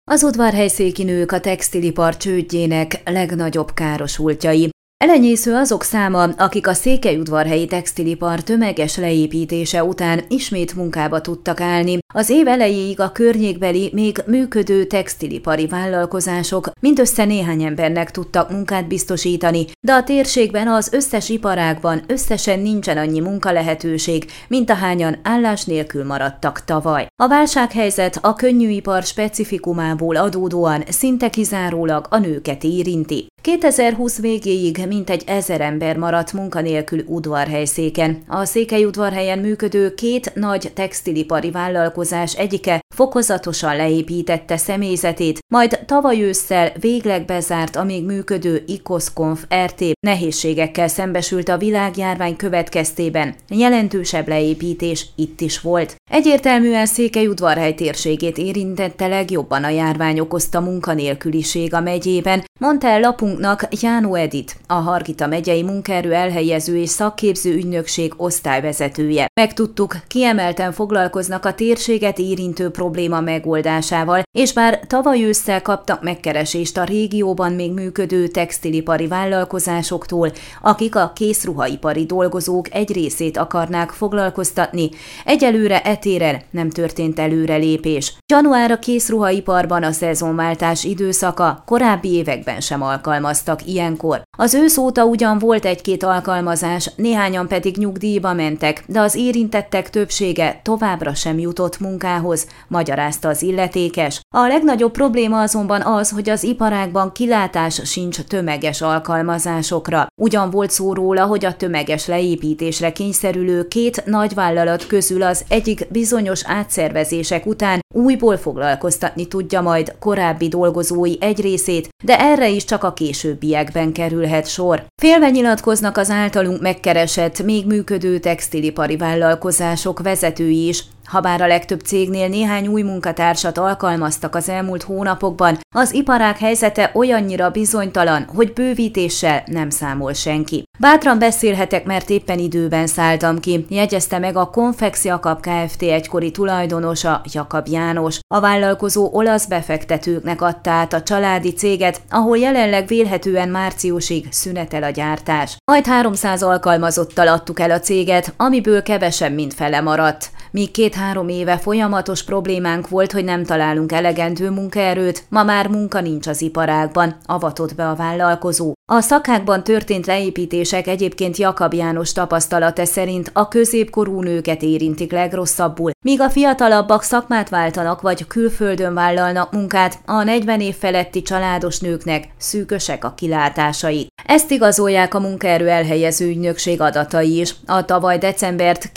Az udvarhelyszéki nők a textilipar csődjének legnagyobb károsultjai. Elenyésző azok száma, akik a székelyudvarhelyi textilipar tömeges leépítése után ismét munkába tudtak állni. Az év elejéig a környékbeli, még működő textilipari vállalkozások mindössze néhány embernek tudtak munkát biztosítani, de a térségben az összes iparágban összesen nincsen annyi munkalehetőség, mint ahányan állás nélkül maradtak tavaly. A válsághelyzet a könnyűipar specifikumából adódóan szinte kizárólag a nőket érinti. 2020 végéig mintegy 1000 ember maradt munkanélkül udvarhelyszéken. A Székelyudvarhelyen működő két nagy textilipari vállalkozás egyike fokozatosan leépítette személyzetét, majd tavaly ősszel végleg bezárt a még működő Icosconf RT. Nehézségekkel szembesült a világjárvány következtében. Jelentősebb leépítés itt is volt. Egyértelműen Székelyudvarhely térségét érintette legjobban a járvány okozta munkanélküliség a megyében, mondta el lapunknak Jánó Edith, a Hargita megyei munkaerő elhelyező és szakképző ügynökség osztályvezetője. Megtudtuk, kiemelten foglalkoznak a térséget érintő probléma megoldásával, és bár tavaly ősszel kaptak megkeresést a régióban még működő textilipari vállalkozásoktól, akik a készruhaipari dolgozók egy részét akarnák foglalkoztatni, egyelőre etéren nem történt előrelépés. Január a készruhaiparban a szezonváltás időszaka, korábbi években sem alkalmaztak ilyenkor. Az ősz óta ugyan volt egy-két alkalmazás, néhányan pedig nyugdíjba mentek, de az érintettek többsége továbbra sem jutott munkához, magyarázta az illetékes. A legnagyobb probléma azonban az, hogy az iparágban kilátás sincs tömeges alkalmazásokra. Ugyan volt szó róla, hogy a tömeges leépítésre kényszerülő két nagyvállalat közül az egyik bizonyos átszervezések után újból foglalkoztatni tudja majd korábbi dolgozói egy részét, de erre is csak a későbbiekben kerülhet sor. Félve nyilatkoznak az általunk megkeresett, még működő textilipari vállalkozások vezetői is. Habár a legtöbb cégnél néhány új munkatársat alkalmaztak az elmúlt hónapokban, az iparág helyzete olyannyira bizonytalan, hogy bővítéssel nem számol senki. Bátran beszélhetek, mert éppen időben szálltam ki, jegyezte meg a Konfex Jakab Kft. Egykori tulajdonosa, Jakab János. A vállalkozó olasz befektetőknek adta át a családi céget, ahol jelenleg vélhetően márciusig szünetel a gyártás. Majd 300 alkalmazottal adtuk el a céget, amiből kevesebb, mint fele maradt. Míg 2-3 éve folyamatos problémánk volt, hogy nem találunk elegendő munkaerőt, ma már munka nincs az iparágban, avatott be a vállalkozó. A szakákban történt leépítések egyébként Jakab János tapasztalata szerint a középkorú nőket érintik legrosszabbul, míg a fiatalabbak szakmát váltanak vagy külföldön vállalnak munkát, a 40 év feletti családos nőknek szűkösek a kilátásai. Ezt igazolják a munkaerő elhelyező ügynökség adatai is. A tavaly decembert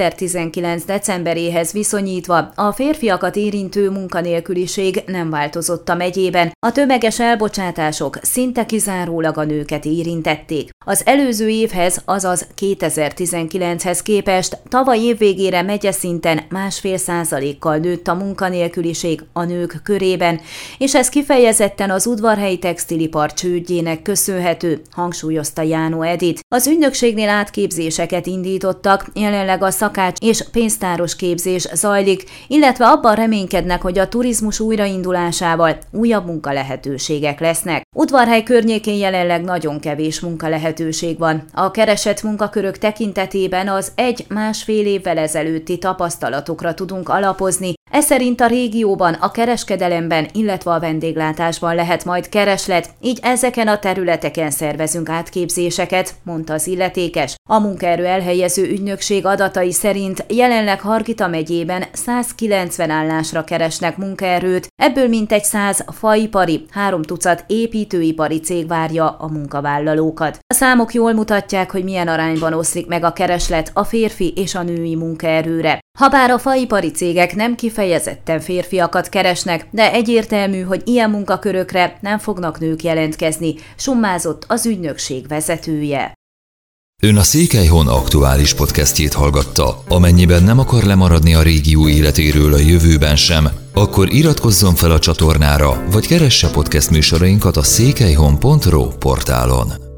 2019 decemberéhez viszonyítva a férfiakat érintő munkanélküliség nem változott a megyében, a tömeges elbocsátások szinte kizárólag a nőket érintették. Az előző évhez, azaz 2019-hez képest tavaly évvégére megyeszinten 1,5%-kal nőtt a munkanélküliség a nők körében, és ez kifejezetten az udvarhelyi textilipar csődjének köszönhető, hangsúlyozta Jánó Edith. Az ügynökségnél átképzéseket indítottak, jelenleg a szakács és pénztáros képzés zajlik, illetve abban reménykednek, hogy a turizmus újraindulásával újabb munkalehetőségek lesznek. Udvarhely környékén jelenleg nagyon kevés munkalehetőség van. A keresett munkakörök tekintetében az 1-1,5 évvel ezelőtti tapasztalatokra tudunk alapozni. Ez szerint a régióban, a kereskedelemben, illetve a vendéglátásban lehet majd kereslet, így ezeken a területeken szervezünk átképzéseket, mondta az illetékes. A munkaerő elhelyező ügynökség adatai szerint jelenleg Hargita megyében 190 állásra keresnek munkaerőt, ebből mintegy 100 faipari, 3 tucat építőipari cég várja a munkavállalókat. A számok jól mutatják, hogy milyen arányban oszlik meg a kereslet a férfi és a női munkaerőre. Habár a faipari cégek nem kifejezetten férfiakat keresnek, de egyértelmű, hogy ilyen munkakörökre nem fognak nők jelentkezni, summázott az ügynökség vezetője. Ön a Székelyhon aktuális podcastjét hallgatta. Amennyiben nem akar lemaradni a régió életéről a jövőben sem, akkor iratkozzon fel a csatornára, vagy keresse podcast műsorainkat a székelyhon.ro portálon.